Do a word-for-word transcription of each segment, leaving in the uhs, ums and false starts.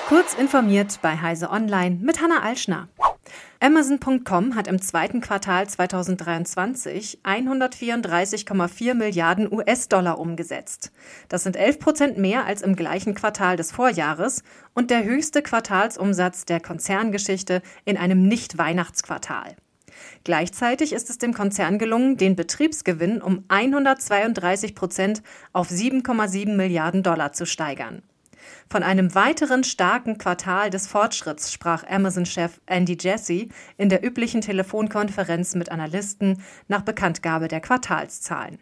Kurz informiert bei Heise Online mit Hanna Alschner. Amazon Punkt com hat im zweiten Quartal zweitausenddreiundzwanzig hundertvierunddreißig Komma vier Milliarden U S-Dollar umgesetzt. Das sind elf Prozent mehr als im gleichen Quartal des Vorjahres und der höchste Quartalsumsatz der Konzerngeschichte in einem Nicht-Weihnachtsquartal. Gleichzeitig ist es dem Konzern gelungen, den Betriebsgewinn um hundertzweiunddreißig Prozent auf sieben Komma sieben Milliarden Dollar zu steigern. Von einem weiteren starken Quartal des Fortschritts sprach Amazon-Chef Andy Jassy in der üblichen Telefonkonferenz mit Analysten nach Bekanntgabe der Quartalszahlen.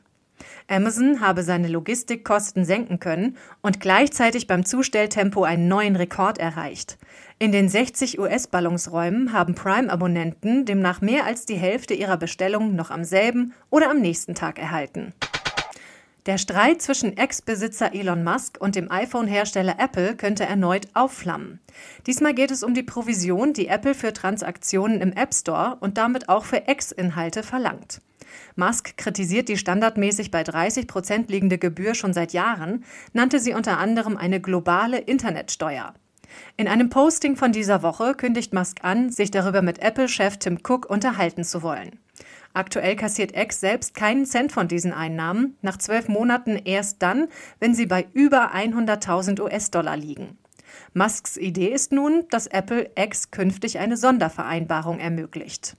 Amazon habe seine Logistikkosten senken können und gleichzeitig beim Zustelltempo einen neuen Rekord erreicht. In den sechzig U S-Ballungsräumen haben Prime-Abonnenten demnach mehr als die Hälfte ihrer Bestellungen noch am selben oder am nächsten Tag erhalten. Der Streit zwischen Ex-Besitzer Elon Musk und dem iPhone-Hersteller Apple könnte erneut aufflammen. Diesmal geht es um die Provision, die Apple für Transaktionen im App Store und damit auch für X-Inhalte verlangt. Musk kritisiert die standardmäßig bei dreißig Prozent liegende Gebühr schon seit Jahren, nannte sie unter anderem eine globale Internetsteuer. In einem Posting von dieser Woche kündigt Musk an, sich darüber mit Apple-Chef Tim Cook unterhalten zu wollen. Aktuell kassiert X selbst keinen Cent von diesen Einnahmen, nach zwölf Monaten erst dann, wenn sie bei über hunderttausend U S-Dollar liegen. Musks Idee ist nun, dass Apple X künftig eine Sondervereinbarung ermöglicht.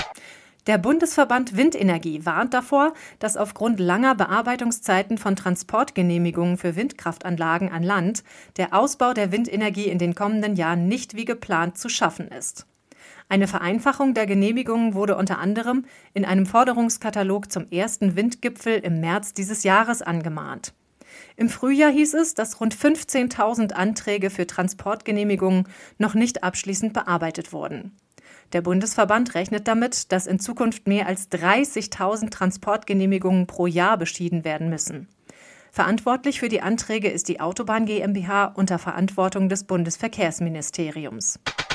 Der Bundesverband Windenergie warnt davor, dass aufgrund langer Bearbeitungszeiten von Transportgenehmigungen für Windkraftanlagen an Land der Ausbau der Windenergie in den kommenden Jahren nicht wie geplant zu schaffen ist. Eine Vereinfachung der Genehmigungen wurde unter anderem in einem Forderungskatalog zum ersten Windgipfel im März dieses Jahres angemahnt. Im Frühjahr hieß es, dass rund fünfzehntausend Anträge für Transportgenehmigungen noch nicht abschließend bearbeitet wurden. Der Bundesverband rechnet damit, dass in Zukunft mehr als dreißigtausend Transportgenehmigungen pro Jahr beschieden werden müssen. Verantwortlich für die Anträge ist die Autobahn GmbH unter Verantwortung des Bundesverkehrsministeriums.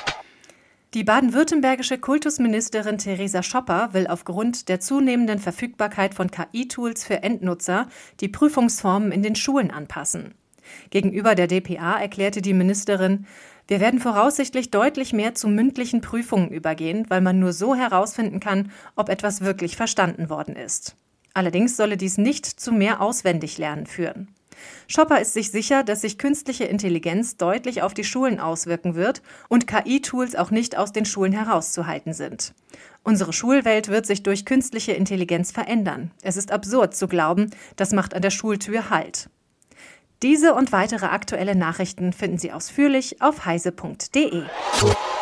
Die baden-württembergische Kultusministerin Theresa Schopper will aufgrund der zunehmenden Verfügbarkeit von K I-Tools für Endnutzer die Prüfungsformen in den Schulen anpassen. Gegenüber der d p a erklärte die Ministerin, wir werden voraussichtlich deutlich mehr zu mündlichen Prüfungen übergehen, weil man nur so herausfinden kann, ob etwas wirklich verstanden worden ist. Allerdings solle dies nicht zu mehr Auswendiglernen führen. Schopper ist sich sicher, dass sich künstliche Intelligenz deutlich auf die Schulen auswirken wird und K I-Tools auch nicht aus den Schulen herauszuhalten sind. Unsere Schulwelt wird sich durch künstliche Intelligenz verändern. Es ist absurd zu glauben, das macht an der Schultür Halt. Diese und weitere aktuelle Nachrichten finden Sie ausführlich auf heise punkt de.